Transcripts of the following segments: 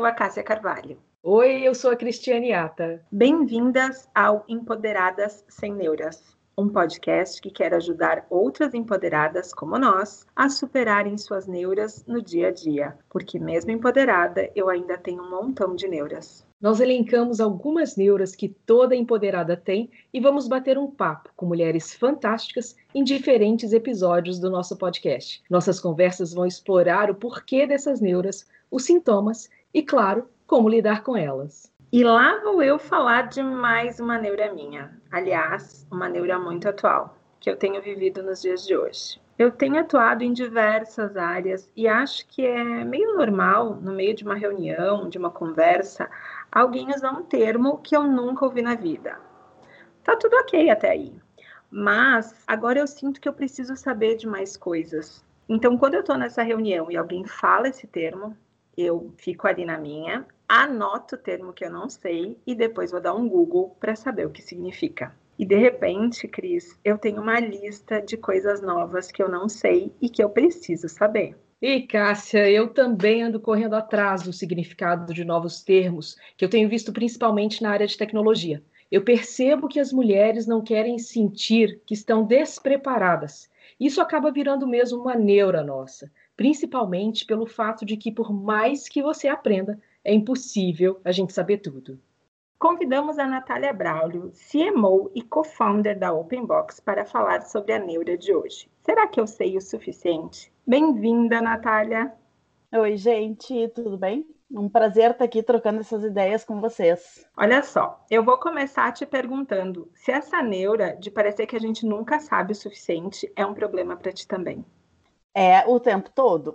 sou a Cássia Carvalho. Oi, eu sou a Cristiane Ata. Bem-vindas ao Empoderadas Sem Neuras, um podcast que quer ajudar outras empoderadas como nós a superarem suas neuras no dia a dia, porque mesmo empoderada, eu ainda tenho um montão de neuras. Nós elencamos algumas neuras que toda empoderada tem e vamos bater um papo com mulheres fantásticas em diferentes episódios do nosso podcast. Nossas conversas vão explorar o porquê dessas neuras, os sintomas e, claro, como lidar com elas. E lá vou eu falar de mais uma neura minha. Aliás, uma neura muito atual, que eu tenho vivido nos dias de hoje. Eu tenho atuado em diversas áreas e acho que é meio normal, no meio de uma reunião, de uma conversa, alguém usar um termo que eu nunca ouvi na vida. Tá tudo ok até aí. Mas agora eu sinto que eu preciso saber de mais coisas. Então, quando eu tô nessa reunião e alguém fala esse termo, eu fico ali na minha, anoto o termo que eu não sei e depois vou dar um Google para saber o que significa. E de repente, Cris, eu tenho uma lista de coisas novas que eu não sei e que eu preciso saber. E Cássia, eu também ando correndo atrás do significado de novos termos, que eu tenho visto principalmente na área de tecnologia. Eu percebo que as mulheres não querem sentir que estão despreparadas. Isso acaba virando mesmo uma neura nossa, principalmente pelo fato de que, por mais que você aprenda, é impossível a gente saber tudo. Convidamos a Natália Braulio, CMO e co-founder da Openbox, para falar sobre a neura de hoje. Será que eu sei o suficiente? Bem-vinda, Natália! Oi, gente, tudo bem? Um prazer estar aqui trocando essas ideias com vocês. Olha só, eu vou começar te perguntando se essa neura de parecer que a gente nunca sabe o suficiente é um problema para ti também. É o tempo todo.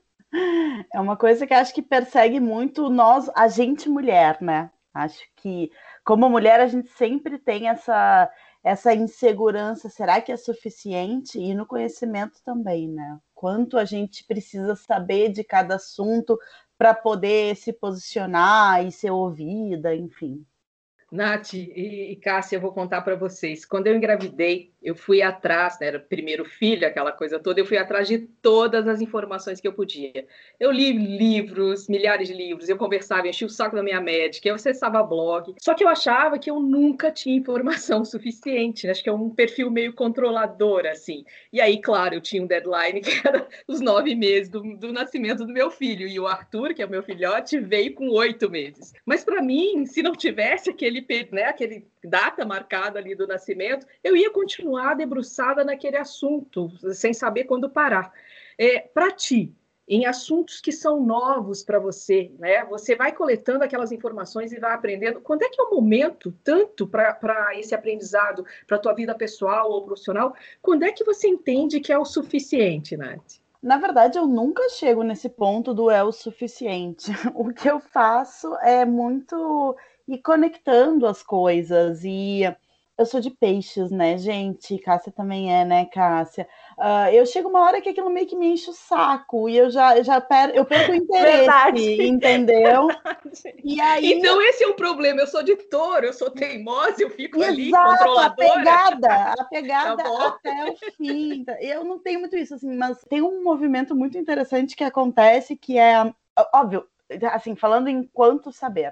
É uma coisa que acho que persegue muito nós, a gente mulher, né? Acho que como mulher a gente sempre tem essa insegurança, será que é suficiente? E no conhecimento também, né? Quanto a gente precisa saber de cada assunto para poder se posicionar e ser ouvida, enfim. Nath e Cássia, eu vou contar para vocês. Quando eu engravidei, eu fui atrás, né, era o primeiro filho, aquela coisa toda, eu fui atrás de todas as informações que eu podia. Eu li livros, milhares de livros, eu conversava, enchi o saco da minha médica, eu acessava blog. Só que eu achava que eu nunca tinha informação suficiente, né? Acho que é um perfil meio controlador, assim. E aí, claro, eu tinha um deadline que era os 9 meses do nascimento do meu filho. E o Arthur, que é o meu filhote, veio com 8 meses. Mas para mim, se não tivesse aquele data marcada ali do nascimento, eu ia continuar debruçada naquele assunto, sem saber quando parar. Para ti, em assuntos que são novos para você, né? Você vai coletando aquelas informações e vai aprendendo. Quando é que é o momento, tanto para esse aprendizado, para a tua vida pessoal ou profissional, quando é que você entende que é o suficiente, Nath? Na verdade, eu nunca chego nesse ponto do é o suficiente. O que eu faço é muito ir conectando as coisas. E eu sou de peixes, né, gente? Cássia também é, né, Cássia? Eu chego uma hora que aquilo meio que me enche o saco e eu perco o interesse, Verdade. entendeu? Verdade. E aí... Então esse é o problema, eu sou de touro, eu sou teimosa, eu fico ali Exato, controladora. apegada Tá até o fim. Eu não tenho muito isso, assim, mas tem um movimento muito interessante que acontece, que é, óbvio, assim, falando enquanto saber.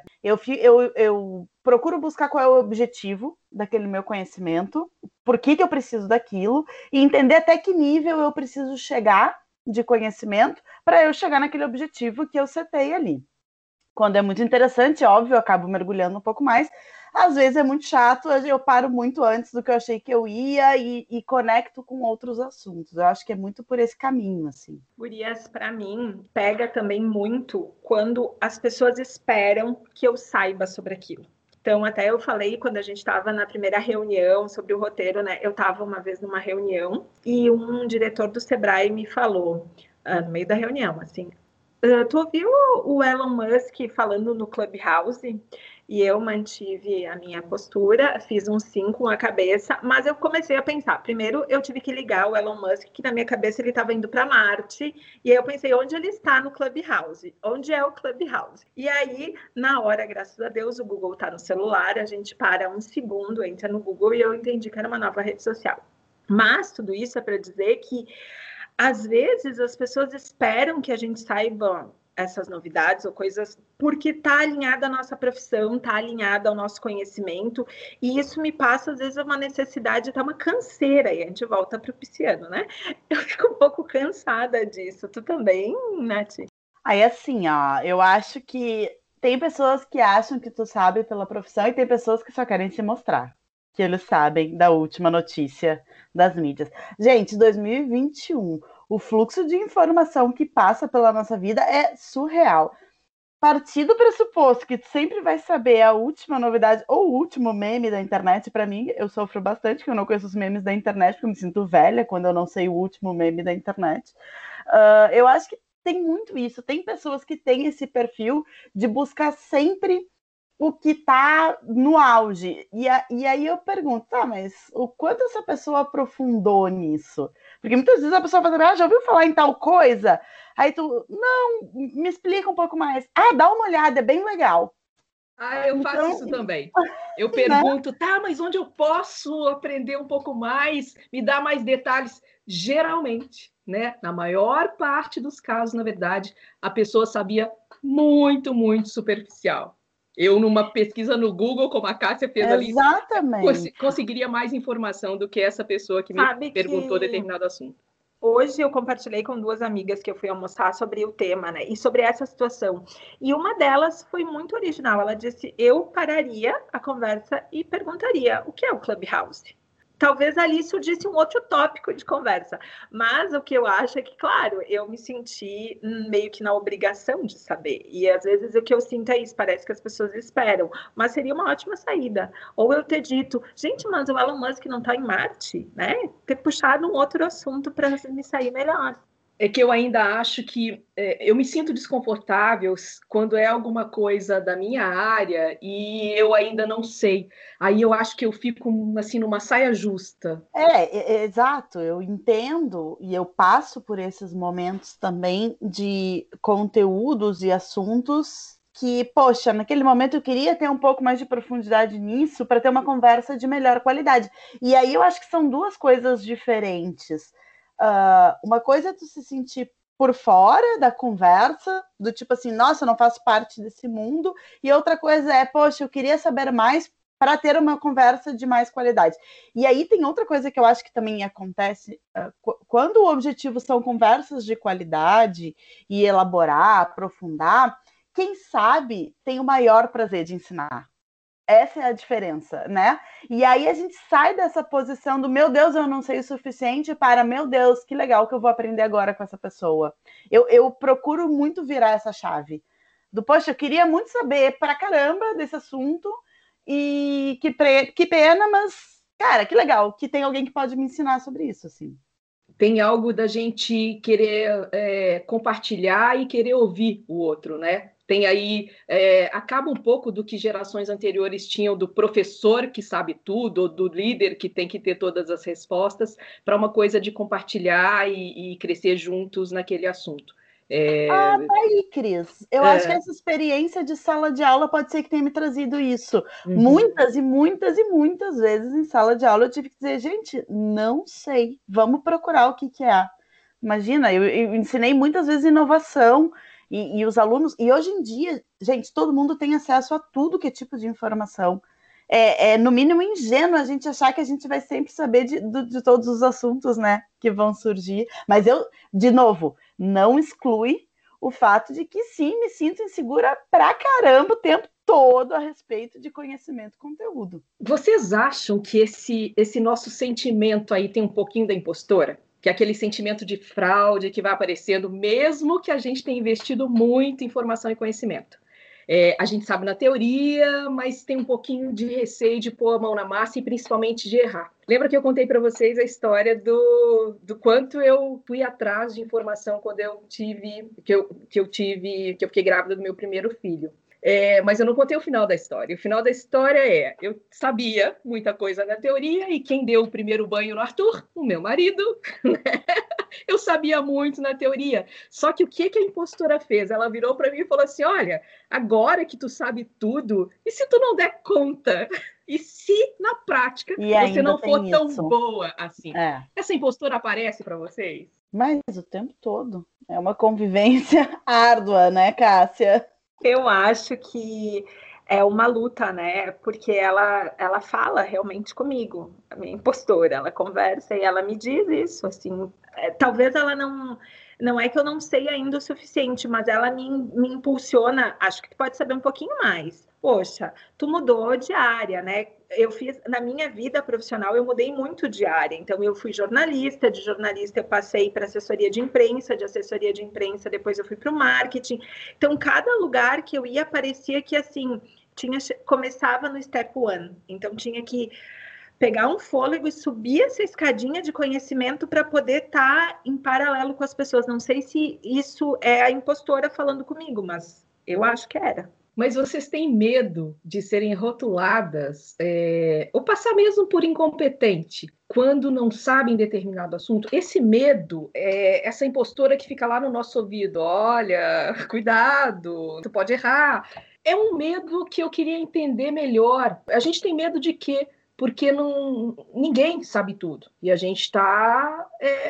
Eu procuro buscar qual é o objetivo daquele meu conhecimento, por que eu preciso daquilo, e entender até que nível eu preciso chegar de conhecimento para eu chegar naquele objetivo que eu setei ali. Quando é muito interessante, óbvio, eu acabo mergulhando um pouco mais. Às vezes é muito chato, eu paro muito antes do que eu achei que eu ia e conecto com outros assuntos. Eu acho que é muito por esse caminho, assim. Gurias, para mim, pega também muito quando as pessoas esperam que eu saiba sobre aquilo. Então, até eu falei quando a gente estava na primeira reunião sobre o roteiro, né? Eu estava uma vez numa reunião e um diretor do Sebrae me falou, no meio da reunião, assim, tu ouviu o Elon Musk falando no Clubhouse? E eu mantive a minha postura, fiz um sim com a cabeça, mas eu comecei a pensar. Primeiro, eu tive que ligar o Elon Musk, que na minha cabeça ele estava indo para Marte, e aí eu pensei, onde ele está no Clubhouse? Onde é o Clubhouse? E aí, na hora, graças a Deus, o Google está no celular, a gente para um segundo, entra no Google, e eu entendi que era uma nova rede social. Mas tudo isso é para dizer que às vezes as pessoas esperam que a gente saiba essas novidades ou coisas porque está alinhada à nossa profissão, está alinhada ao nosso conhecimento, e isso me passa, às vezes, uma necessidade, até uma canseira, e a gente volta para o pisciano, né? Eu fico um pouco cansada disso. Tu também, Nath? Aí, assim, ó, eu acho que tem pessoas que acham que tu sabe pela profissão e tem pessoas que só querem se mostrar que eles sabem da última notícia das mídias. Gente, 2021, o fluxo de informação que passa pela nossa vida é surreal. Partir do pressuposto que tu sempre vai saber a última novidade ou o último meme da internet, para mim, eu sofro bastante, porque eu não conheço os memes da internet, porque eu me sinto velha quando eu não sei o último meme da internet. Eu acho que tem muito isso. Tem pessoas que têm esse perfil de buscar sempre o que está no auge. E aí eu pergunto, tá, mas o quanto essa pessoa aprofundou nisso? Porque muitas vezes a pessoa vai saber, já ouviu falar em tal coisa? Aí tu, não, me explica um pouco mais. Ah, dá uma olhada, é bem legal. Eu faço isso também. Eu pergunto, tá, mas onde eu posso aprender um pouco mais? Me dá mais detalhes? Geralmente, né? Na maior parte dos casos, na verdade, a pessoa sabia muito, muito superficial. Eu, numa pesquisa no Google, como a Cássia fez Exatamente. ali, conseguiria mais informação do que essa pessoa que me perguntou determinado assunto. Hoje eu compartilhei com 2 amigas que eu fui almoçar sobre o tema, né? E sobre essa situação. E uma delas foi muito original. Ela disse: eu pararia a conversa e perguntaria o que é o Clubhouse. Talvez ali surgisse um outro tópico de conversa. Mas o que eu acho é que, claro, eu me senti meio que na obrigação de saber. E às vezes o que eu sinto é isso, parece que as pessoas esperam. Mas seria uma ótima saída. Ou eu ter dito, gente, mas o Elon Musk não está em Marte, né? Ter puxado um outro assunto para me sair melhor. É que eu ainda acho que eu me sinto desconfortável quando é alguma coisa da minha área e eu ainda não sei. Aí eu acho que eu fico assim numa saia justa. Exato, eu entendo e eu passo por esses momentos também de conteúdos e assuntos que, poxa, naquele momento eu queria ter um pouco mais de profundidade nisso para ter uma conversa de melhor qualidade. E aí eu acho que são 2 coisas diferentes. Uma coisa é tu se sentir por fora da conversa, do tipo assim, nossa, eu não faço parte desse mundo, e outra coisa é, poxa, eu queria saber mais para ter uma conversa de mais qualidade. E aí tem outra coisa que eu acho que também acontece, quando o objetivo são conversas de qualidade e elaborar, aprofundar, quem sabe tem o maior prazer de ensinar. Essa é a diferença, né? E aí a gente sai dessa posição do meu Deus, eu não sei o suficiente para meu Deus, que legal que eu vou aprender agora com essa pessoa. Eu procuro muito virar essa chave. Poxa, eu queria muito saber pra caramba desse assunto e que pena, mas, cara, que legal que tem alguém que pode me ensinar sobre isso, assim. Tem algo da gente querer compartilhar e querer ouvir o outro, né? Tem aí, acaba um pouco do que gerações anteriores tinham do professor que sabe tudo, ou do líder que tem que ter todas as respostas, para uma coisa de compartilhar e crescer juntos naquele assunto. Tá aí, Cris. Eu acho que essa experiência de sala de aula pode ser que tenha me trazido isso. Muitas e muitas e muitas vezes em sala de aula eu tive que dizer, gente, não sei, vamos procurar o que é. Imagina, eu ensinei muitas vezes inovação e os alunos, e hoje em dia, gente, todo mundo tem acesso a tudo que é tipo de informação. É no mínimo ingênuo a gente achar que a gente vai sempre saber de todos os assuntos, né, que vão surgir. Mas eu, de novo, não exclui o fato de que sim, me sinto insegura pra caramba o tempo todo a respeito de conhecimento e conteúdo. Vocês acham que esse nosso sentimento aí tem um pouquinho da impostora? Que é aquele sentimento de fraude que vai aparecendo, mesmo que a gente tenha investido muito em informação e conhecimento. A gente sabe na teoria, mas tem um pouquinho de receio de pôr a mão na massa e principalmente de errar. Lembra que eu contei para vocês a história do quanto eu fui atrás de informação quando eu fiquei grávida do meu primeiro filho. Mas eu não contei o final da história. O final da história eu sabia muita coisa na teoria e quem deu o primeiro banho no Arthur? O meu marido. Eu sabia muito na teoria. Só que o que a impostora fez? Ela virou para mim e falou assim, olha, agora que tu sabe tudo, e se tu não der conta? E se na prática E você ainda não for tem tão isso. boa assim. Essa impostora aparece para vocês? Mas o tempo todo. É uma convivência árdua, né, Cássia? Eu acho que é uma luta, né? Porque ela fala realmente comigo, a minha impostora, ela conversa e ela me diz isso, assim. Talvez ela não é que eu não sei ainda o suficiente, mas ela me impulsiona, acho que tu pode saber um pouquinho mais. Poxa, tu mudou de área, né? Eu fiz, na minha vida profissional, eu mudei muito de área. Então, eu fui jornalista, de jornalista eu passei para assessoria de imprensa, de assessoria de imprensa, depois eu fui para o marketing. Então, cada lugar que eu ia, parecia que, assim, começava no step one. Então, tinha que pegar um fôlego e subir essa escadinha de conhecimento para poder estar em paralelo com as pessoas. Não sei se isso é a impostora falando comigo, mas eu acho que era. Mas vocês têm medo de serem rotuladas ou passar mesmo por incompetente quando não sabem determinado assunto? Esse medo, essa impostora que fica lá no nosso ouvido, olha, cuidado, tu pode errar. É um medo que eu queria entender melhor. A gente tem medo de quê? Porque ninguém sabe tudo. E a gente está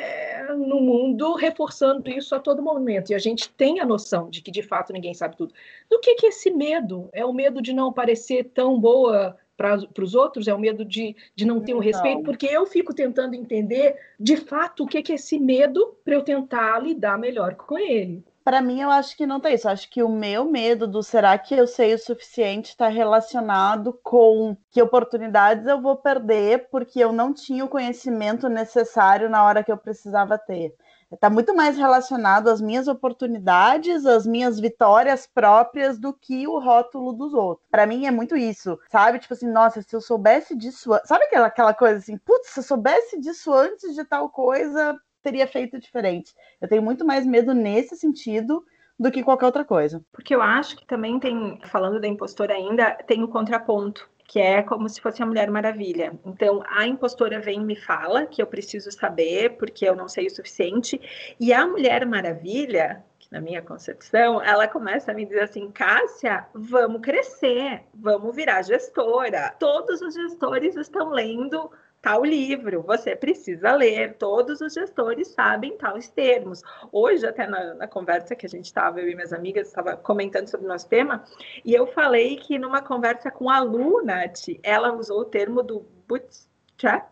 no mundo reforçando isso a todo momento. E a gente tem a noção de que, de fato, ninguém sabe tudo. Do que é esse medo? É o medo de não parecer tão boa para os outros? É o medo de não ter o respeito? Porque eu fico tentando entender, de fato, o que é esse medo para eu tentar lidar melhor com ele. Para mim, eu acho que não tem isso. Eu acho que o meu medo do será que eu sei o suficiente está relacionado com que oportunidades eu vou perder porque eu não tinha o conhecimento necessário na hora que eu precisava ter. Está muito mais relacionado às minhas oportunidades, às minhas vitórias próprias do que o rótulo dos outros. Para mim é muito isso, sabe? Tipo assim, nossa, se eu soubesse disso... Sabe aquela coisa assim, putz, se eu soubesse disso antes de tal coisa, teria feito diferente. Eu tenho muito mais medo nesse sentido do que qualquer outra coisa. Porque eu acho que também tem, falando da impostora ainda, tem o contraponto, que é como se fosse a Mulher Maravilha. Então, a impostora vem e me fala que eu preciso saber, porque eu não sei o suficiente, e a Mulher Maravilha, que na minha concepção, ela começa a me dizer assim, Cássia, vamos crescer, vamos virar gestora. Todos os gestores estão lendo tal livro, você precisa ler, todos os gestores sabem tais termos. Hoje, até na conversa que a gente estava, eu e minhas amigas, estava comentando sobre o nosso tema, e eu falei que numa conversa com a Lu, Nath, ela usou o termo do bootstrap,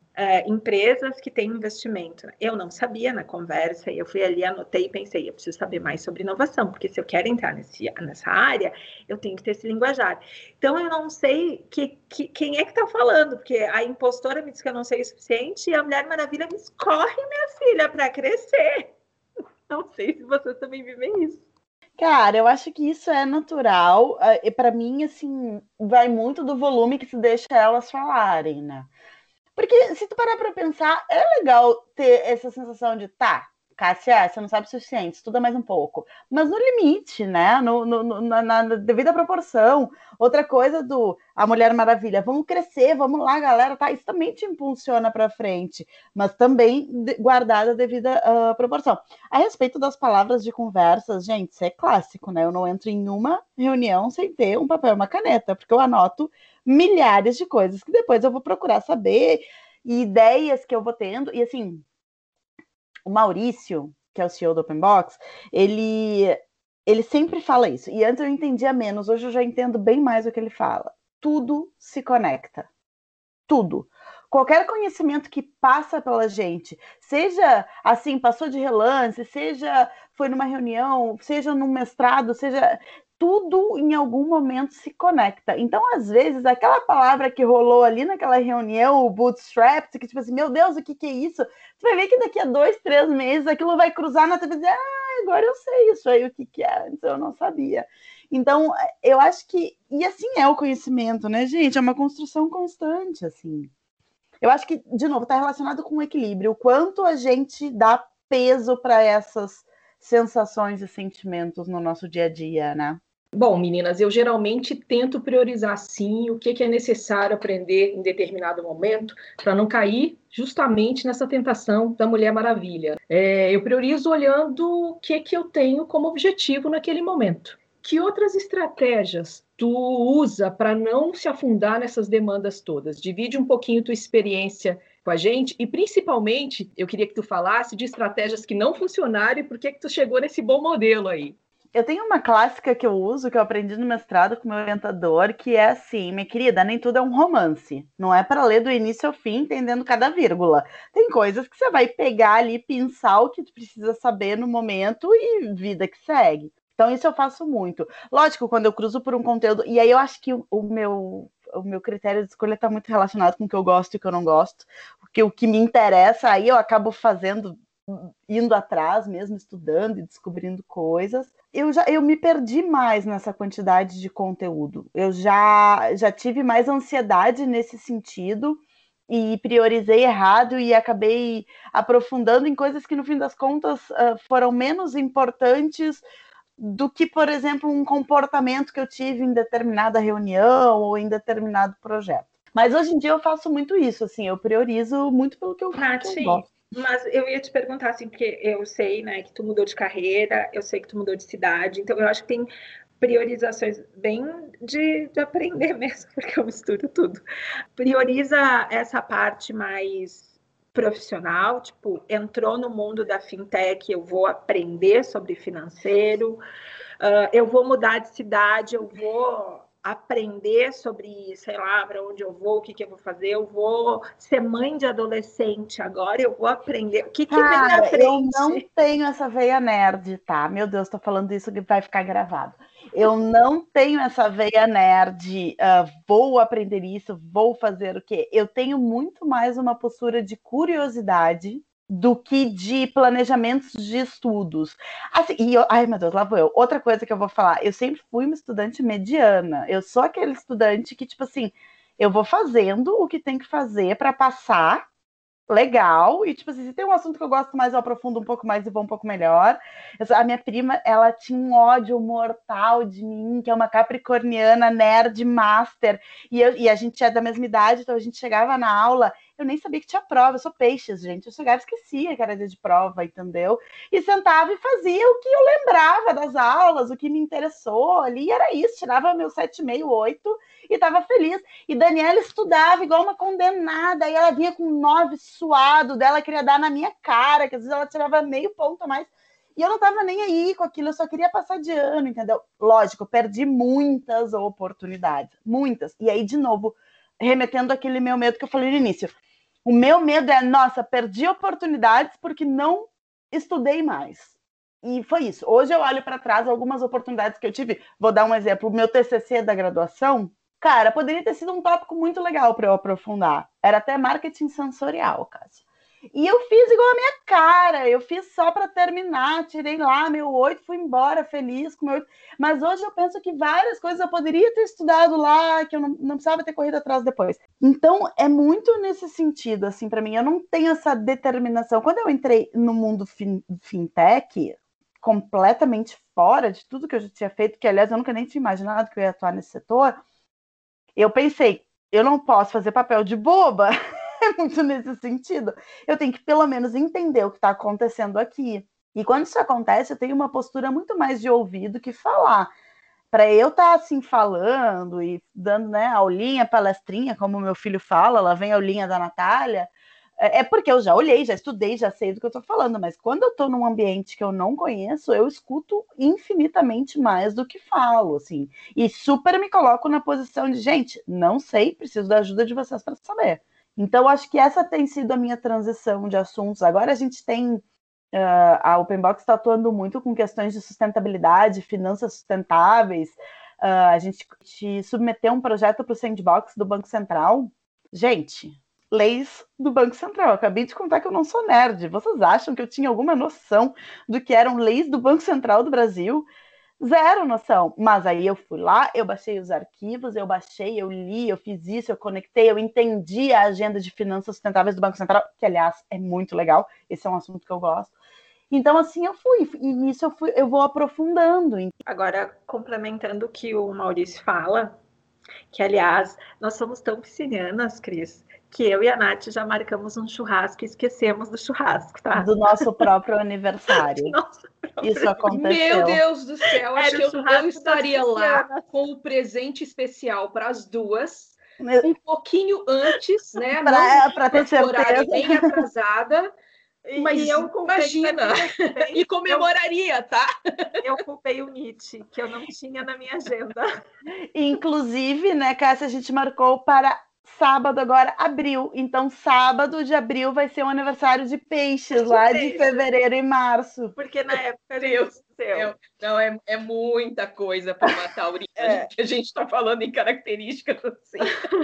empresas que têm investimento. Eu não sabia na conversa, e eu fui ali, anotei e pensei, eu preciso saber mais sobre inovação, porque se eu quero entrar nessa área, eu tenho que ter esse linguajar. Então, eu não sei quem é que está falando, porque a impostora me diz que eu não sei o suficiente, e a Mulher Maravilha me escorre, minha filha, para crescer. Não sei se vocês também vivem isso. Cara, eu acho que isso é natural, e para mim, assim, vai muito do volume que se deixa elas falarem, né? Porque se tu parar pra pensar, é legal ter essa sensação de, tá, Cássia, você não sabe o suficiente, estuda mais um pouco. Mas no limite, né? Na devida proporção. Outra coisa a Mulher Maravilha, vamos crescer, vamos lá, galera, tá? Isso também te impulsiona pra frente, mas também guardada a devida proporção. A respeito das palavras de conversas, gente, isso é clássico, né? Eu não entro em uma reunião sem ter um papel e uma caneta, porque eu anoto milhares de coisas que depois eu vou procurar saber e ideias que eu vou tendo. E assim, o Maurício, que é o CEO do Open Box, ele sempre fala isso. E antes eu entendia menos, hoje eu já entendo bem mais o que ele fala. Tudo se conecta. Tudo. Qualquer conhecimento que passa pela gente, seja assim, passou de relance, seja foi numa reunião, seja num mestrado, seja... Tudo em algum momento se conecta. Então, às vezes, aquela palavra que rolou ali naquela reunião, o bootstrap, que tipo assim, meu Deus, o que é isso? Você vai ver que daqui a 2, 3 meses aquilo vai cruzar na TV e dizer, agora eu sei isso aí, o que é, antes eu não sabia. Então, eu acho que, e assim é o conhecimento, né, gente? É uma construção constante, assim. Eu acho que, de novo, está relacionado com o equilíbrio, o quanto a gente dá peso para essas sensações e sentimentos no nosso dia a dia, né? Bom, meninas, eu geralmente tento priorizar, sim, o que é necessário aprender em determinado momento para não cair justamente nessa tentação da Mulher Maravilha. Eu priorizo olhando o que eu tenho como objetivo naquele momento. Que outras estratégias tu usa para não se afundar nessas demandas todas? Divide um pouquinho tua experiência com a gente e, principalmente, eu queria que tu falasse de estratégias que não funcionaram e por que tu chegou nesse bom modelo aí. Eu tenho uma clássica que eu uso, que eu aprendi no mestrado com meu orientador, que é assim, minha querida, nem tudo é um romance. Não é para ler do início ao fim, entendendo cada vírgula. Tem coisas que você vai pegar ali, pensar o que tu precisa saber no momento e vida que segue. Então, isso eu faço muito. Lógico, quando eu cruzo por um conteúdo... E aí eu acho que o meu critério de escolha está muito relacionado com o que eu gosto e o que eu não gosto. Porque o que me interessa, aí eu acabo fazendo, indo atrás mesmo, estudando e descobrindo coisas. Eu me perdi mais nessa quantidade de conteúdo. Eu já tive mais ansiedade nesse sentido e priorizei errado e acabei aprofundando em coisas que, no fim das contas, foram menos importantes do que, por exemplo, um comportamento que eu tive em determinada reunião ou em determinado projeto. Mas hoje em dia eu faço muito isso, assim, eu priorizo muito pelo que eu gosto. Mas eu ia te perguntar, assim, porque eu sei, né, que tu mudou de carreira, eu sei que tu mudou de cidade, então eu acho que tem priorizações bem de aprender mesmo, porque eu misturo tudo. Prioriza essa parte mais profissional, tipo, entrou no mundo da fintech, eu vou aprender sobre financeiro, eu vou mudar de cidade, eu vou aprender sobre, sei lá, para onde eu vou, o que eu vou fazer, eu vou ser mãe de adolescente agora, eu vou aprender. O que vem na frente? Eu não tenho essa veia nerd, tá? Meu Deus, tô falando isso que vai ficar gravado. Eu não tenho essa veia nerd, vou aprender isso, vou fazer o quê? Eu tenho muito mais uma postura de curiosidade do que de planejamentos de estudos. Assim, ai, meu Deus, lá vou eu. Outra coisa que eu vou falar, eu sempre fui uma estudante mediana. Eu sou aquele estudante que, tipo assim, eu vou fazendo o que tem que fazer para passar legal, e tipo assim, se tem um assunto que eu gosto mais, eu aprofundo um pouco mais e vou um pouco melhor. A minha prima, ela tinha um ódio mortal de mim, que é uma capricorniana nerd master, e a gente é da mesma idade, então a gente chegava na aula, eu nem sabia que tinha prova, eu sou peixes, gente, eu chegava e esquecia que era dia de prova, entendeu? E sentava e fazia o que eu lembrava das aulas, o que me interessou ali, e era isso, tirava meu 7,5, 8, e tava feliz. E Daniela estudava igual uma condenada, e ela vinha com 9 suado dela, queria dar na minha cara, que às vezes ela tirava meio ponto a mais, e eu não tava nem aí com aquilo, eu só queria passar de ano, entendeu? Lógico, eu perdi muitas oportunidades, muitas. E aí, de novo, remetendo àquele meu medo que eu falei no início, o meu medo é, nossa, perdi oportunidades porque não estudei mais. E foi isso. Hoje eu olho para trás algumas oportunidades que eu tive. Vou dar um exemplo. O meu TCC da graduação, cara, poderia ter sido um tópico muito legal para eu aprofundar. Era até marketing sensorial, Cássio. E eu fiz igual a minha cara. Eu fiz só para terminar. Tirei lá meu 8, fui embora feliz com meu 8. Mas hoje eu penso que várias coisas eu poderia ter estudado lá, que eu não precisava ter corrido atrás depois. Então, é muito nesse sentido, assim, para mim. Eu não tenho essa determinação. Quando eu entrei no mundo fintech, completamente fora de tudo que eu já tinha feito, que, aliás, eu nunca nem tinha imaginado que eu ia atuar nesse setor, eu pensei, eu não posso fazer papel de boba. É muito nesse sentido. Eu tenho que, pelo menos, entender o que está acontecendo aqui. E quando isso acontece, eu tenho uma postura muito mais de ouvido que falar. Para eu estar assim falando e dando, né, aulinha, palestrinha, como meu filho fala, lá vem a aulinha da Natália, é porque eu já olhei, já estudei, já sei do que eu estou falando, mas quando eu estou num ambiente que eu não conheço, eu escuto infinitamente mais do que falo, assim, e super me coloco na posição de, gente, não sei, preciso da ajuda de vocês para saber. Então, acho que essa tem sido a minha transição de assuntos. Agora a gente tem... a Openbox está atuando muito com questões de sustentabilidade, finanças sustentáveis. A gente submeteu um projeto para o Sandbox do Banco Central. Gente, leis do Banco Central. Eu acabei de contar que eu não sou nerd. Vocês acham que eu tinha alguma noção do que eram leis do Banco Central do Brasil? Zero noção. Mas aí eu fui lá, eu baixei os arquivos, eu baixei, eu li, eu fiz isso, eu conectei, eu entendi a agenda de finanças sustentáveis do Banco Central, que, aliás, é muito legal. Esse é um assunto que eu gosto. Então, assim, eu fui. E nisso eu vou aprofundando. Agora, complementando o que o Maurício fala, que, aliás, nós somos tão piscianas, Cris, que eu e a Nath já marcamos um churrasco e esquecemos do churrasco, tá? Do nosso próprio aniversário. Do nosso Isso aconteceu. Meu Deus do céu, acho que eu estaria lá com o presente especial para as duas, um pouquinho antes, né? Para ter certeza. Horário bem atrasada. Mas eu imagina, e comemoraria, tá? Eu culpei o Nietzsche, que eu não tinha na minha agenda. Inclusive, né, Cássia, a gente marcou para sábado agora, abril. Então, sábado de abril vai ser um aniversário de peixes, lá de fevereiro e março. Porque na época, Deus, não, é muita coisa para uma taurina, que a gente está falando em características assim.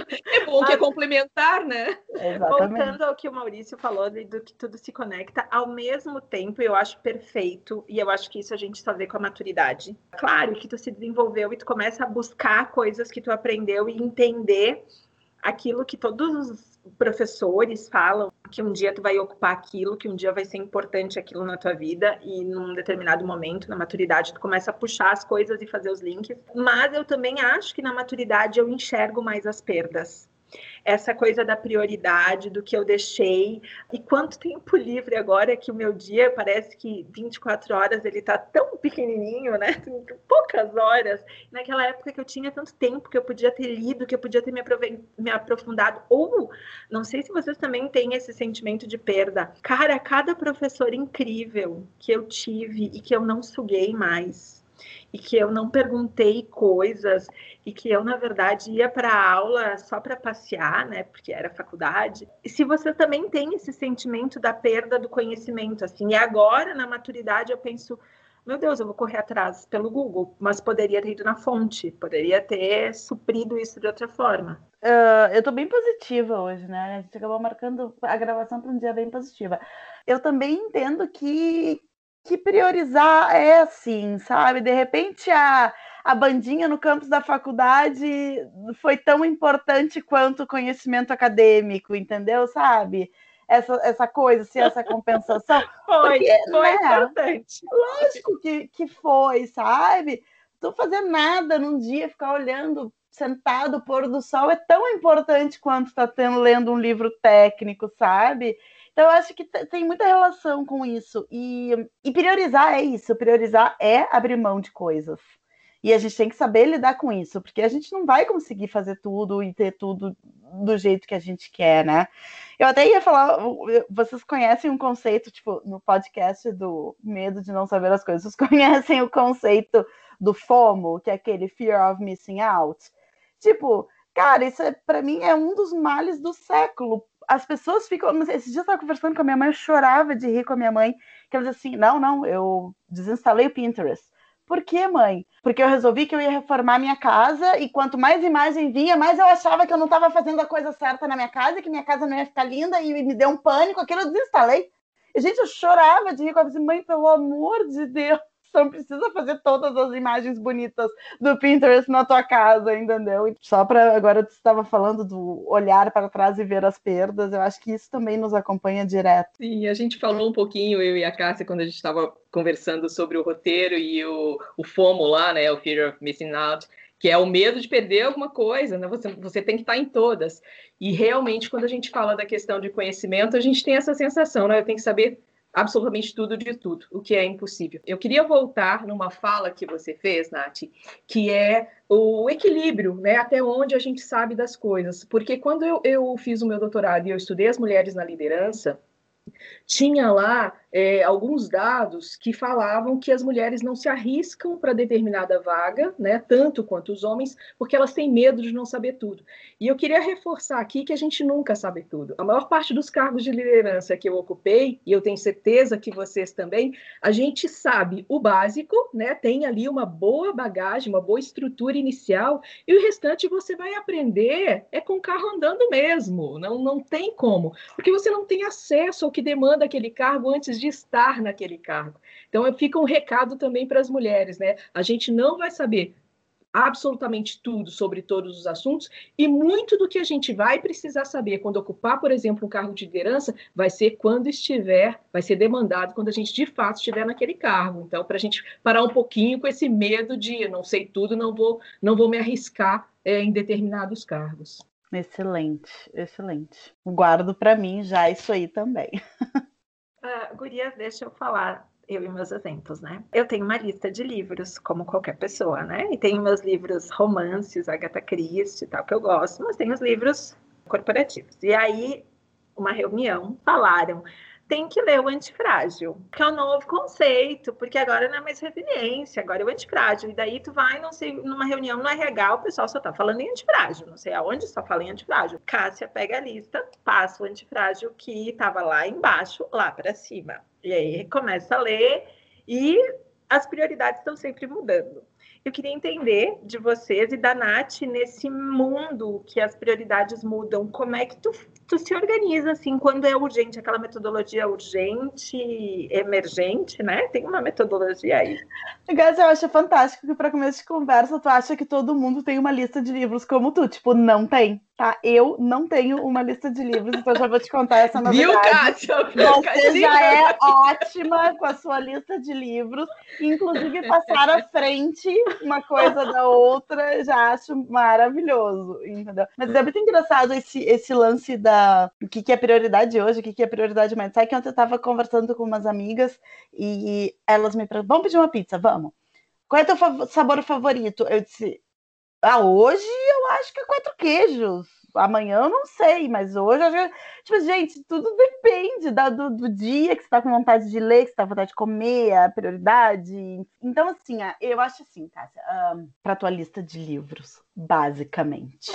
É bom que é complementar, né? Exatamente. Voltando ao que o Maurício falou, do que tudo se conecta, ao mesmo tempo, eu acho perfeito, e eu acho que isso a gente só vê com a maturidade. Claro que tu se desenvolveu e tu começa a buscar coisas que tu aprendeu e entender aquilo que todos os professores falam, que um dia tu vai ocupar aquilo, que um dia vai ser importante aquilo na tua vida, e num determinado momento, na maturidade, tu começa a puxar as coisas e fazer os links. Mas eu também acho que na maturidade eu enxergo mais as perdas. Essa coisa da prioridade, do que eu deixei. E quanto tempo livre agora, que o meu dia parece que 24 horas ele tá tão pequenininho, né? Poucas horas. Naquela época que eu tinha tanto tempo, que eu podia ter lido, que eu podia ter me aprofundado. Ou, não sei se vocês também têm esse sentimento de perda. Cara, cada professor incrível que eu tive e que eu não suguei mais, e que eu não perguntei coisas, e que eu, na verdade, ia para a aula só para passear, né, porque era faculdade. E se você também tem esse sentimento da perda do conhecimento, assim, e agora, na maturidade, eu penso, meu Deus, eu vou correr atrás pelo Google, mas poderia ter ido na fonte, poderia ter suprido isso de outra forma. Eu tô bem positiva hoje, né? A gente acabou marcando a gravação para um dia bem positiva. Eu também entendo que priorizar é assim, sabe? De repente a bandinha no campus da faculdade foi tão importante quanto o conhecimento acadêmico, entendeu? Sabe? Essa coisa, assim, essa compensação. Foi né? importante. Lógico que foi, sabe? Não fazer nada num dia, ficar olhando sentado o pôr do sol é tão importante quanto tá lendo um livro técnico, sabe? Então, eu acho que tem muita relação com isso. E priorizar é isso. Priorizar é abrir mão de coisas. E a gente tem que saber lidar com isso, porque a gente não vai conseguir fazer tudo e ter tudo do jeito que a gente quer, né? Eu até ia falar, vocês conhecem um conceito, tipo, no podcast do Medo de Não Saber as Coisas, vocês conhecem o conceito do FOMO, que é aquele Fear of Missing Out? Tipo, cara, isso para mim é um dos males do século. As pessoas ficam. Esses dias eu estava conversando com a minha mãe, eu chorava de rir com a minha mãe, que ela dizia assim: não, eu desinstalei o Pinterest. Por quê, mãe? Porque eu resolvi que eu ia reformar minha casa e quanto mais imagem vinha, mais eu achava que eu não estava fazendo a coisa certa na minha casa, que minha casa não ia ficar linda e me deu um pânico, aquilo eu desinstalei. E, gente, eu chorava de rir com ela, disse, mãe, pelo amor de Deus, você não precisa fazer todas as imagens bonitas do Pinterest na tua casa, entendeu? Só para agora você estava falando do olhar para trás e ver as perdas, eu acho que isso também nos acompanha direto. Sim, a gente falou um pouquinho, eu e a Cássia, quando a gente estava conversando sobre o roteiro e o FOMO lá, né, o Fear of Missing Out, que é o medo de perder alguma coisa, né? Você tem que estar em todas. E realmente, quando a gente fala da questão de conhecimento, a gente tem essa sensação, né? Eu tenho que saber absolutamente tudo de tudo, o que é impossível. Eu queria voltar numa fala que você fez, Nath, que é o equilíbrio, né? Até onde a gente sabe das coisas. Porque quando eu fiz o meu doutorado e eu estudei as mulheres na liderança, tinha lá alguns dados que falavam que as mulheres não se arriscam para determinada vaga, né, tanto quanto os homens, porque elas têm medo de não saber tudo. E eu queria reforçar aqui que a gente nunca sabe tudo. A maior parte dos cargos de liderança que eu ocupei, e eu tenho certeza que vocês também, a gente sabe o básico, né, tem ali uma boa bagagem, uma boa estrutura inicial, e o restante você vai aprender com o carro andando mesmo, não tem como, porque você não tem acesso ao que demanda aquele cargo antes de estar naquele cargo. Então, fica um recado também para as mulheres, né? A gente não vai saber absolutamente tudo sobre todos os assuntos e muito do que a gente vai precisar saber quando ocupar, por exemplo, um cargo de liderança, vai ser quando vai ser demandado quando a gente de fato estiver naquele cargo. Então, para a gente parar um pouquinho com esse medo de não sei tudo, não vou me arriscar em determinados cargos. Excelente, excelente. Guardo para mim já isso aí também. Gurias, deixa eu falar. eu e meus exemplos, né? Eu tenho uma lista de livros, como qualquer pessoa, né? E tenho meus livros romances, Agatha Christie e tal, que eu gosto, mas tenho os livros corporativos. E aí, uma reunião, falaram, tem que ler o Antifrágil, que é um novo conceito, porque agora não é mais resiliência, agora é o antifrágil. E daí tu vai, não sei, numa reunião no RH, o pessoal só tá falando em antifrágil, não sei aonde, só fala em antifrágil. Cássia pega a lista, passa o antifrágil que estava lá embaixo, lá para cima. E aí começa a ler e as prioridades estão sempre mudando. Eu queria entender de vocês e da Nath, nesse mundo que as prioridades mudam, como é que tu se organiza, assim, quando é urgente, aquela metodologia urgente, emergente, né? Tem uma metodologia aí. Gás, eu acho fantástico que para começo de conversa tu acha que todo mundo tem uma lista de livros como tu. Tipo, não tem, tá? Eu não tenho uma lista de livros, então já vou te contar essa novidade. Viu, Cássia? Você já é ótima com a sua lista de livros. Inclusive, passar à frente uma coisa da outra, já acho maravilhoso, entendeu? Mas é muito engraçado esse lance da o que é prioridade hoje, o que é prioridade mais. Sabe que ontem eu estava conversando com umas amigas e elas me perguntaram, vamos pedir uma pizza, vamos. Qual é teu sabor favorito? Eu disse, hoje eu acho que é 4 queijos. Amanhã eu não sei, mas hoje eu acho... Tipo, gente, tudo depende do dia que você tá com vontade de ler, que você tá com vontade de comer, a prioridade. Então, assim, eu acho assim, Cássia, pra tua lista de livros, basicamente.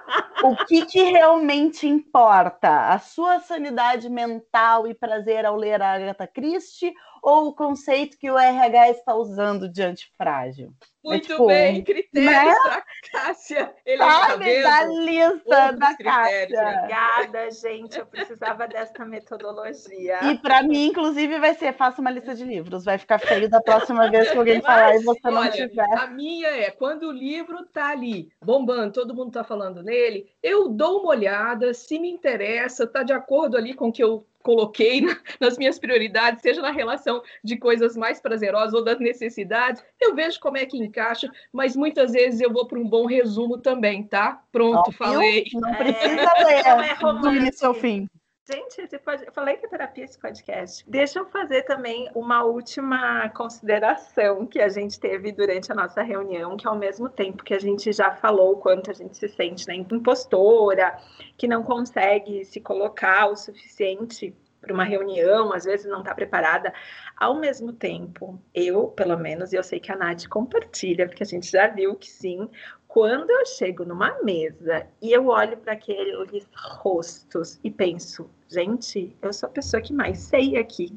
O que realmente importa? A sua sanidade mental e prazer ao ler a Agatha Christie ou o conceito que o RH está usando de antifrágil? Muito bem, critérios para Cássia. Sabe, da lista da Cássia. Obrigada, gente. Eu precisava dessa metodologia. E para mim, inclusive, vai ser, faça uma lista de livros. Vai ficar feio da próxima vez que alguém falar e você não tiver. A minha é, quando o livro tá ali, bombando, todo mundo tá falando nele, eu dou uma olhada, se me interessa, tá de acordo ali com o que eu coloquei nas minhas prioridades, seja na relação de coisas mais prazerosas ou das necessidades, eu vejo como é que encaixa, mas muitas vezes eu vou para um bom resumo também, tá? Pronto, falei. Não precisa ler do início ao fim. Gente, eu falei que é terapia esse podcast. Deixa eu fazer também uma última consideração que a gente teve durante a nossa reunião, que ao mesmo tempo que a gente já falou o quanto a gente se sente, né, impostora, que não consegue se colocar o suficiente para uma reunião, às vezes não está preparada. Ao mesmo tempo, eu, pelo menos, e eu sei que a Nath compartilha, porque a gente já viu que sim, quando eu chego numa mesa e eu olho para aqueles rostos e penso, gente, eu sou a pessoa que mais sei aqui.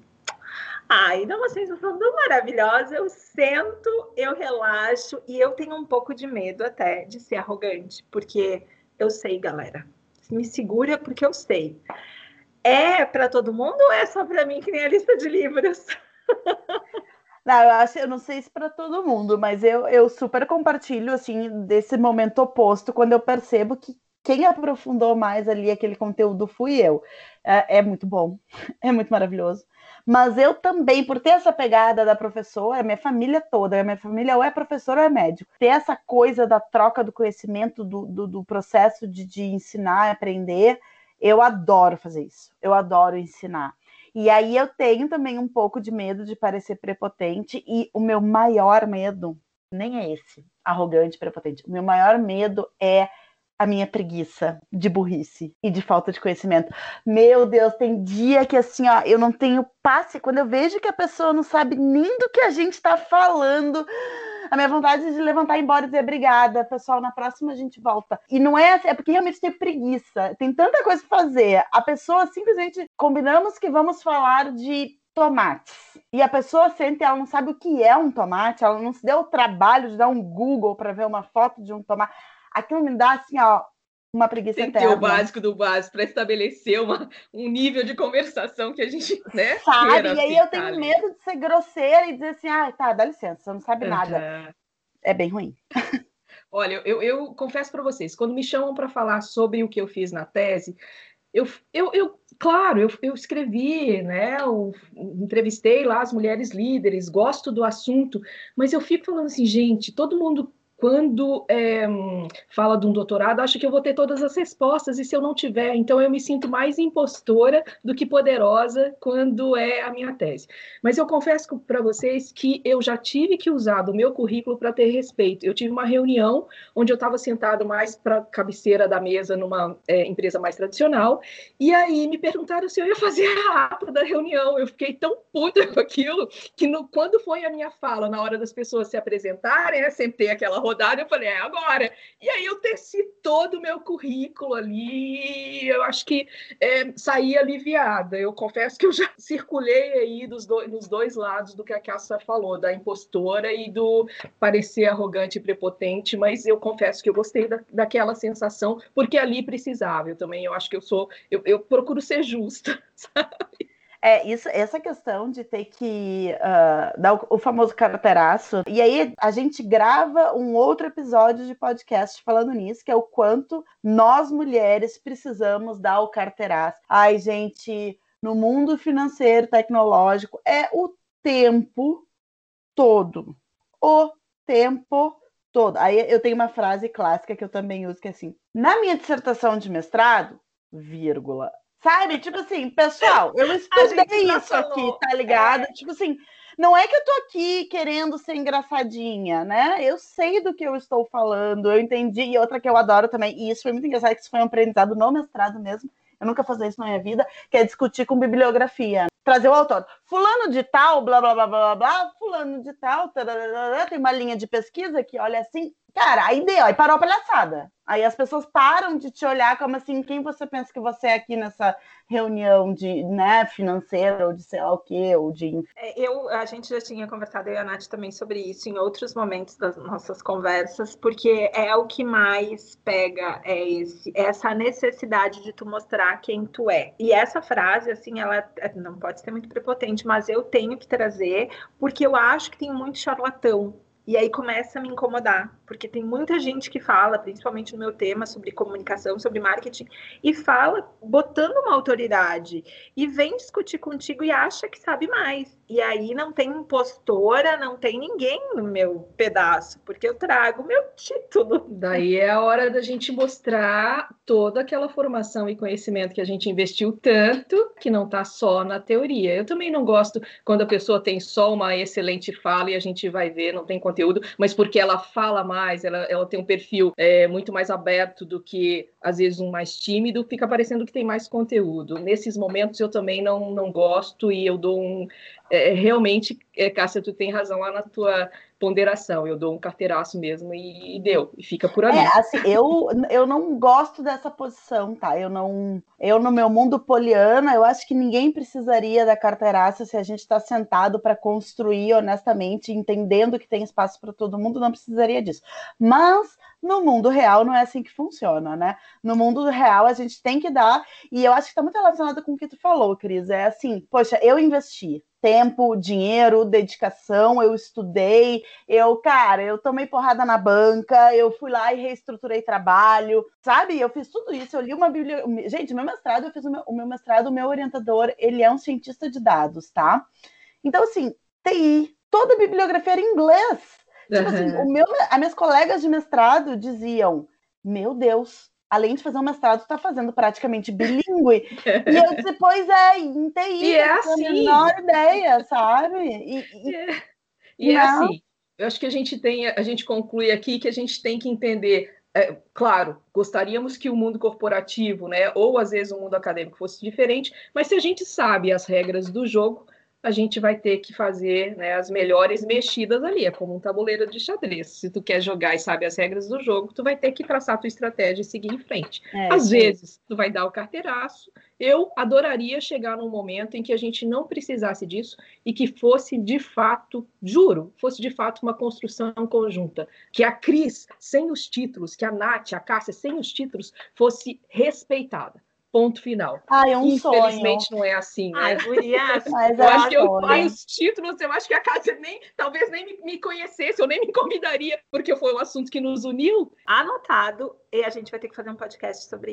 Ai, dá uma sensação tão maravilhosa, eu sento, eu relaxo e eu tenho um pouco de medo até de ser arrogante, porque eu sei, galera, me segura porque eu sei. É para todo mundo ou é só para mim que nem a lista de livros? Não, eu não sei se para todo mundo, mas eu super compartilho assim desse momento oposto quando eu percebo que quem aprofundou mais ali aquele conteúdo fui eu. É muito bom, é muito maravilhoso. Mas eu também, por ter essa pegada da professora, minha família toda, minha família ou é professora ou é médico, ter essa coisa da troca do conhecimento, do processo de ensinar e aprender, eu adoro fazer isso, eu adoro ensinar. E aí eu tenho também um pouco de medo de parecer prepotente e o meu maior medo nem é esse, arrogante, prepotente. O meu maior medo é a minha preguiça de burrice e de falta de conhecimento. Meu Deus, tem dia que assim, ó, eu não tenho passe. Quando eu vejo que a pessoa não sabe nem do que a gente está falando, a minha vontade é de levantar e ir embora e dizer obrigada, pessoal, na próxima a gente volta. E não é assim, é porque realmente tem preguiça, tem tanta coisa para fazer. A pessoa simplesmente, combinamos que vamos falar de tomates. E a pessoa sente, ela não sabe o que é um tomate, ela não se deu o trabalho de dar um Google para ver uma foto de um tomate. Aquilo me dá, assim, ó, uma preguiça eterna. Tem que ter o básico do básico para estabelecer um nível de conversação que a gente, né, sabe? E aí eu tenho medo de ser grosseira e dizer assim, tá, dá licença, você não sabe nada. É bem ruim. Olha, eu confesso para vocês, quando me chamam para falar sobre o que eu fiz na tese, claro, eu escrevi, né, entrevistei lá as mulheres líderes, gosto do assunto, mas eu fico falando assim, gente, todo mundo quando fala de um doutorado, acha que eu vou ter todas as respostas, e se eu não tiver, então eu me sinto mais impostora do que poderosa quando é a minha tese. Mas eu confesso para vocês que eu já tive que usar do meu currículo para ter respeito. Eu tive uma reunião onde eu estava sentado mais para a cabeceira da mesa numa empresa mais tradicional, e aí me perguntaram se eu ia fazer a ata da reunião. Eu fiquei tão puta com aquilo que quando foi a minha fala, na hora das pessoas se apresentarem, sempre tem aquela rodada, eu falei, agora. E aí eu teci todo o meu currículo ali, eu acho que saí aliviada. Eu confesso que eu já circulei aí nos dois lados do que a Cássia falou, da impostora e do parecer arrogante e prepotente, mas eu confesso que eu gostei daquela sensação, porque ali precisava. Eu acho que eu procuro ser justa, sabe? Essa questão de ter que dar o famoso carteiraço, e aí a gente grava um outro episódio de podcast falando nisso, que é o quanto nós mulheres precisamos dar o carteiraço. Ai, gente, no mundo financeiro, tecnológico, é o tempo todo. O tempo todo. Aí eu tenho uma frase clássica que eu também uso, que é assim, na minha dissertação de mestrado, vírgula, sabe? Tipo assim, pessoal, eu estudei isso aqui, tá ligado? Tipo assim, não é que eu tô aqui querendo ser engraçadinha, né? Eu sei do que eu estou falando, eu entendi. E outra que eu adoro também, e isso foi muito engraçado, que isso foi um aprendizado no mestrado mesmo, eu nunca fazia isso na minha vida, que é discutir com bibliografia. Trazer o autor. Fulano de tal, blá, blá, blá, blá, blá, fulano de tal, tararara, tem uma linha de pesquisa que olha assim. Cara, aí deu, aí parou a palhaçada. Aí as pessoas param de te olhar como assim, quem você pensa que você é aqui nessa reunião de, né, financeira, ou de sei lá o quê, ou de... A gente já tinha conversado, eu e a Nath também, sobre isso em outros momentos das nossas conversas, porque é o que mais pega, essa necessidade de tu mostrar quem tu é. E essa frase, assim, ela não pode ser muito prepotente, mas eu tenho que trazer, porque eu acho que tem muito charlatão. E aí começa a me incomodar, porque tem muita gente que fala, principalmente no meu tema, sobre comunicação, sobre marketing, e fala botando uma autoridade, e vem discutir contigo e acha que sabe mais. E aí não tem impostora, não tem ninguém no meu pedaço, porque eu trago o meu título. Daí é a hora da gente mostrar toda aquela formação e conhecimento que a gente investiu tanto, que não está só na teoria. Eu também não gosto quando a pessoa tem só uma excelente fala e a gente vai ver, não tem conteúdo, mas porque ela fala mais, ela tem um perfil muito mais aberto do que, às vezes, um mais tímido, fica parecendo que tem mais conteúdo. Nesses momentos eu também não gosto, e eu dou realmente, Cássia, tu tem razão lá na tua ponderação, eu dou um carteiraço mesmo e deu, e fica por ali. Assim, eu não gosto dessa posição, tá? Eu no meu mundo poliana, eu acho que ninguém precisaria da carteiraça se a gente está sentado para construir honestamente, entendendo que tem espaço para todo mundo, não precisaria disso. Mas no mundo real não é assim que funciona, né? No mundo real a gente tem que dar, e eu acho que está muito relacionado com o que tu falou, Cris, é assim, poxa, eu investi tempo, dinheiro, dedicação, eu estudei, eu tomei porrada na banca, eu fui lá e reestruturei trabalho, sabe? Eu fiz tudo isso, eu li uma bibliografia. Gente, meu mestrado, eu fiz o meu mestrado, o meu orientador, ele é um cientista de dados, tá? Então, assim, TI, toda a bibliografia era em inglês. Tipo assim, as minhas colegas de mestrado diziam, meu Deus, além de fazer um mestrado, tu tá fazendo praticamente bilíngue. E eu disse, pois em TI, e é assim. A menor ideia, sabe? E é assim, eu acho que a gente conclui aqui que a gente tem que entender, claro, gostaríamos que o mundo corporativo, né, ou às vezes o mundo acadêmico fosse diferente, mas se a gente sabe as regras do jogo, a gente vai ter que fazer, né, as melhores mexidas ali, é como um tabuleiro de xadrez. Se tu quer jogar e sabe as regras do jogo, tu vai ter que traçar a tua estratégia e seguir em frente. Às vezes, tu vai dar o carteiraço. Eu adoraria chegar num momento em que a gente não precisasse disso e que fosse de fato, juro, fosse de fato uma construção conjunta. Que a Cris, sem os títulos, que a Nath, a Cássia, sem os títulos, fosse respeitada. Ponto final. Infelizmente sonho. Não é assim, né? Ai, guria, eu acho que eu tenho os títulos, eu acho que a Cássia talvez nem me conhecesse, eu nem me convidaria, porque foi um assunto que nos uniu. Anotado, e a gente vai ter que fazer um podcast sobre isso.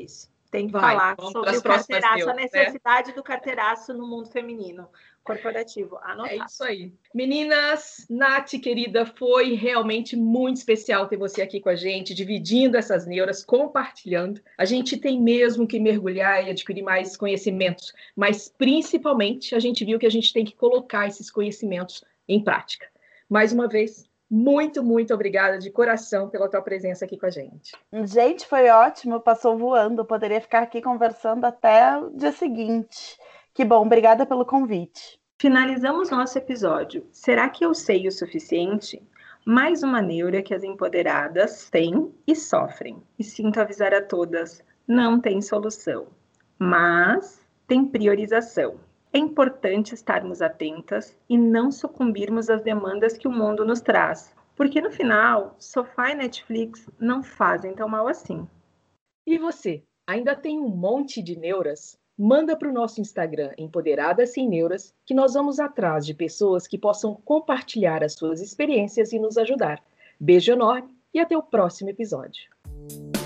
Tem que falar sobre o carteiraço, a necessidade do carteiraço no mundo feminino corporativo. Anotado. É isso aí. Meninas, Nath, querida, foi realmente muito especial ter você aqui com a gente, dividindo essas neuras, compartilhando. A gente tem mesmo que mergulhar e adquirir mais conhecimentos, mas principalmente a gente viu que a gente tem que colocar esses conhecimentos em prática. Mais uma vez, muito, muito obrigada de coração pela tua presença aqui com a gente. Gente, foi ótimo, passou voando. Poderia ficar aqui conversando até o dia seguinte. Que bom, obrigada pelo convite. Finalizamos nosso episódio. Será que eu sei o suficiente? Mais uma neura que as empoderadas têm e sofrem. E sinto avisar a todas, não tem solução, mas tem priorização. É importante estarmos atentas e não sucumbirmos às demandas que o mundo nos traz, porque no final, sofá e Netflix não fazem tão mal assim. E você, ainda tem um monte de neuras? Manda para o nosso Instagram, Empoderadas Sem Neuras, que nós vamos atrás de pessoas que possam compartilhar as suas experiências e nos ajudar. Beijo enorme e até o próximo episódio.